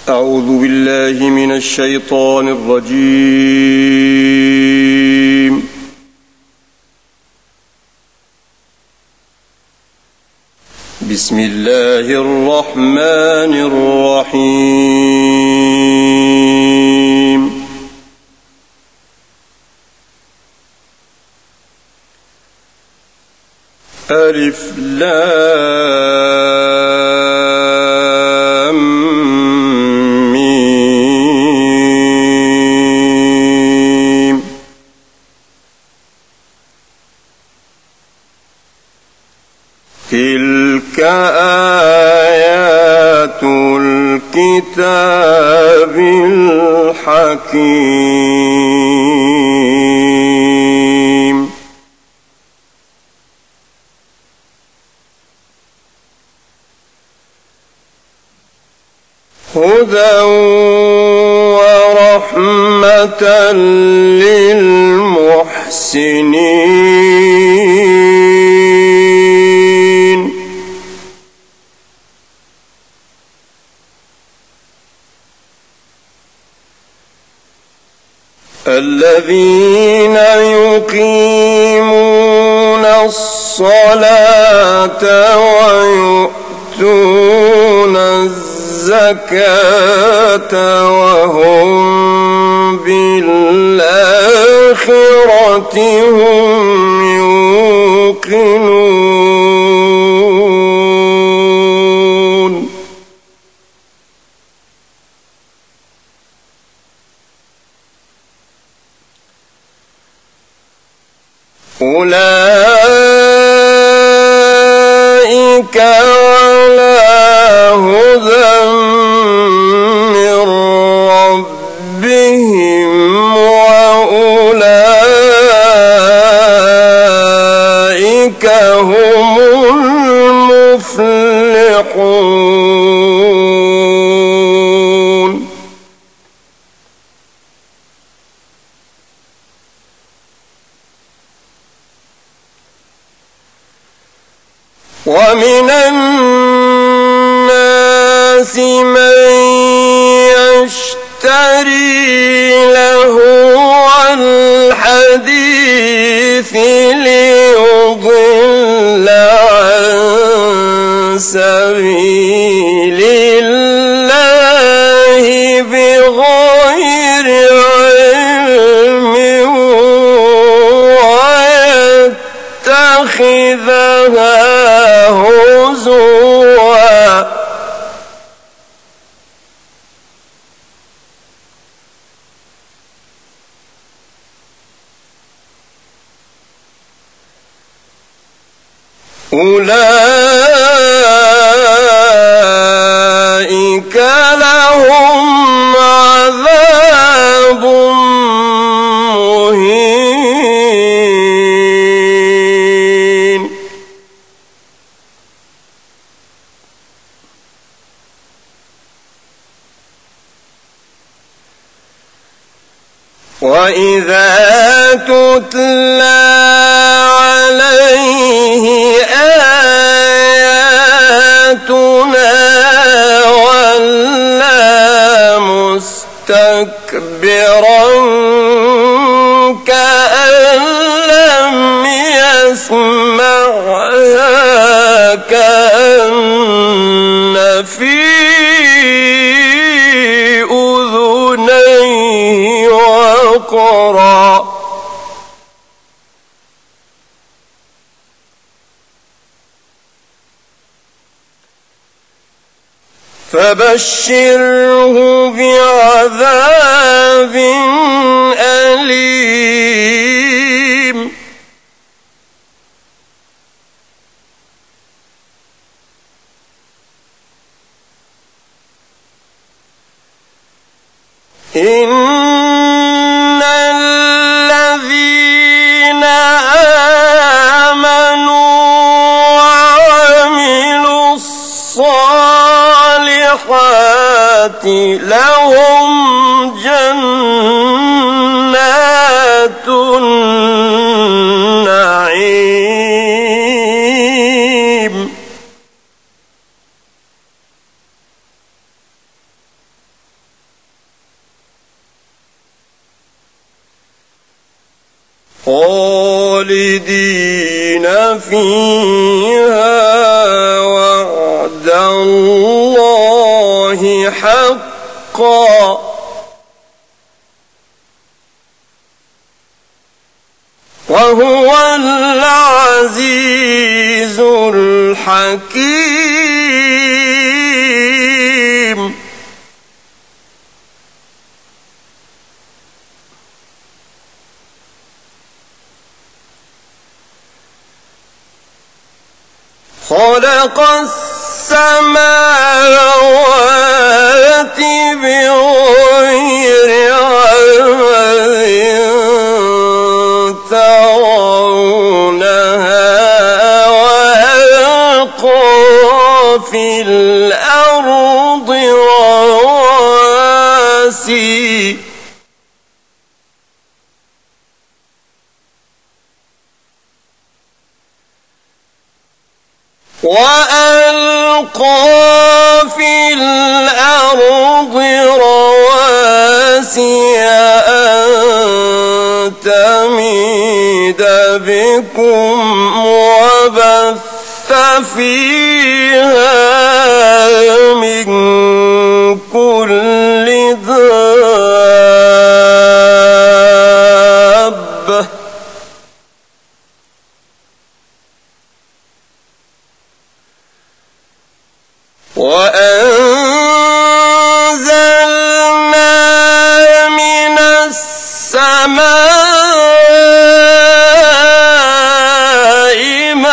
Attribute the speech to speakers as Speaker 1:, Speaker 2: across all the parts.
Speaker 1: أعوذ بالله من الشيطان الرجيم. بسم الله الرحمن الرحيم. ألف لام ميم. تلك آيات الكتاب الحكيم. هدى ورحمة للمحسنين. الذين يقيمون الصلاة ويؤتون الزكاة وهم بالآخرة هم يوقنون. أولئك على هدى من ربهم وأولئك هم المفلحون. ومن الناس من يشتري لهو الحديث ليضل عن سبيل الله بغير علم ويتخذها هزوا. أولئك لهم عذاب مهين. وإذا تتلى عليه آياتنا ولى مستكبرا كأن لم يسمعها كأن في أذنيه وقرا. فبشره بعذاب أليم. إن الذين آمنوا وعملوا الصالحات لهم جنات النعيم. خالدين فيها وعد الله حقا وهو العزيز الحكيم. خلق السماوات بغير عمد ترونها وألقى في الأرض رواسي أن تميد بكم وبث فيها من كل دابة وأنزلنا من السماء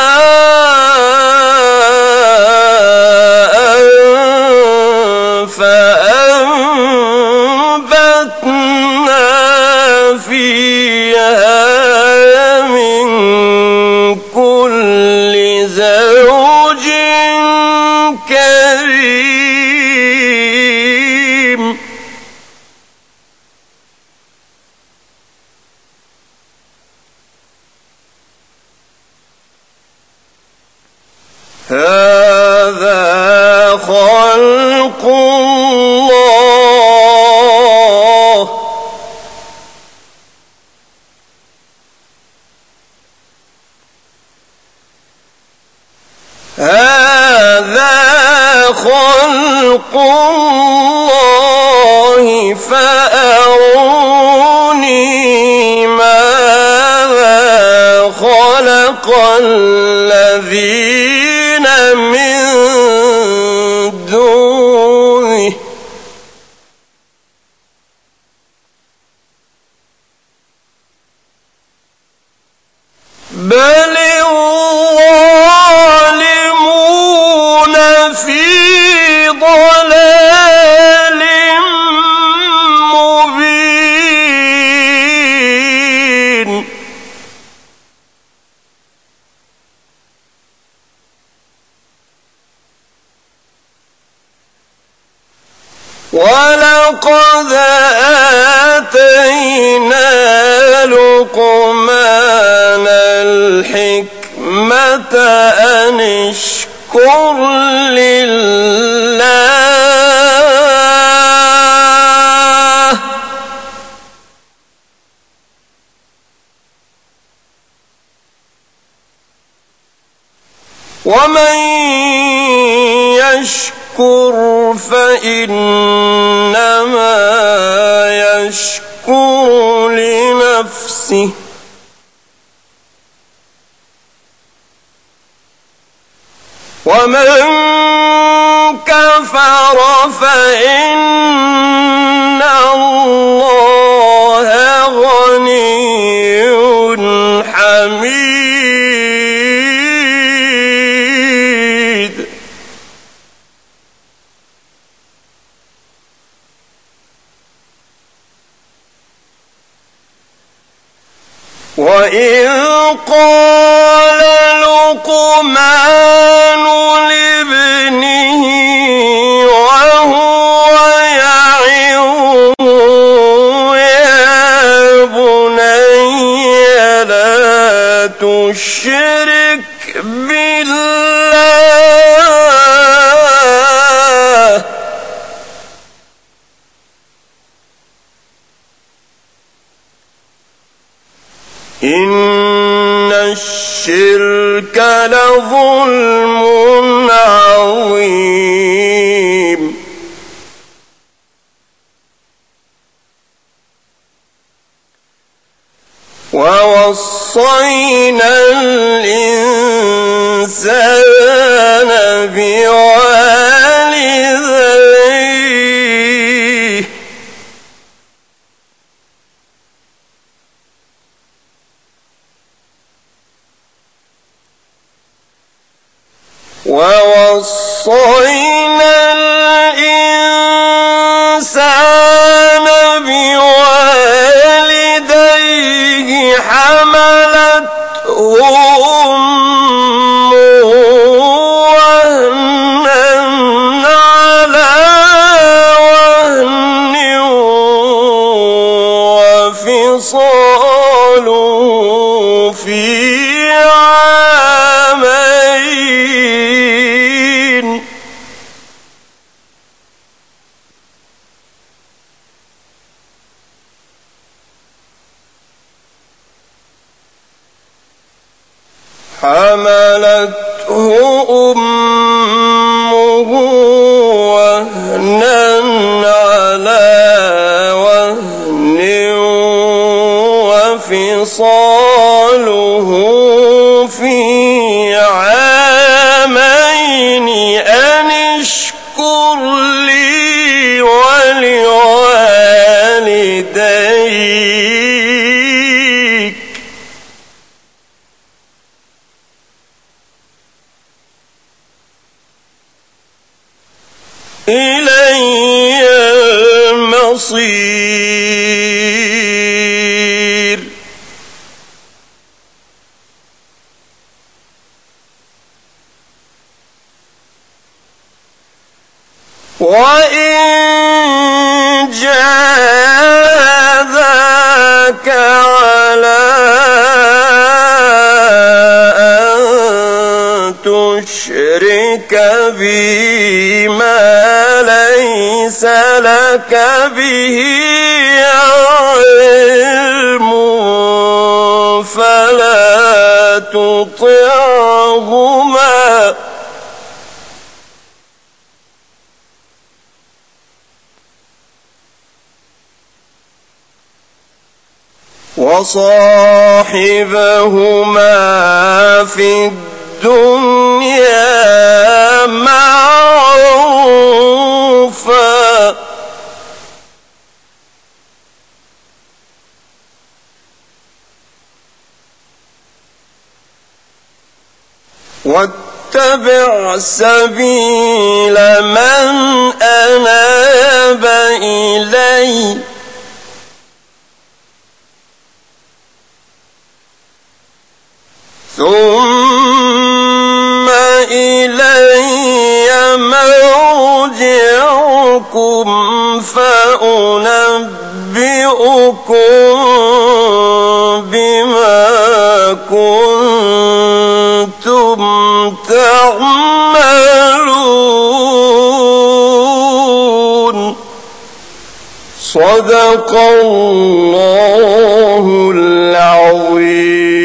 Speaker 1: ماء فأنبتنا فيها من كل زوج كريم. هذا خلق الله فأروني ماذا خلق الذين من دونه بل الظالمون في ضلال مبين. ولقد آتينا لقمان الحكمة أن اشكر لله ومن يشكر فإنما يشكر لنفسه ومن كفر فإن الله غني حميد. وإذ قال لقمان لابنه وهو يعظه يا بني لا تشرك بالله إن الشرك لظلم عظيم ووصينا الإنسان بوالديه حملته أمه وهنا على وهن وفصاله في عامين حملته أمه وهنا على وهن وفصاله في عامين أن اشكر لي ولوالديك إلي المصير وإن جاهداك على أن تشرك بي ما ليس لك به علم فلا تطعهما وصاحبهما في الدنيا معروفا واتبع سبيل من أناب إلي ثم إلي مرجعكم فأنبئكم بما كنتم تعملون صدق الله العظيم.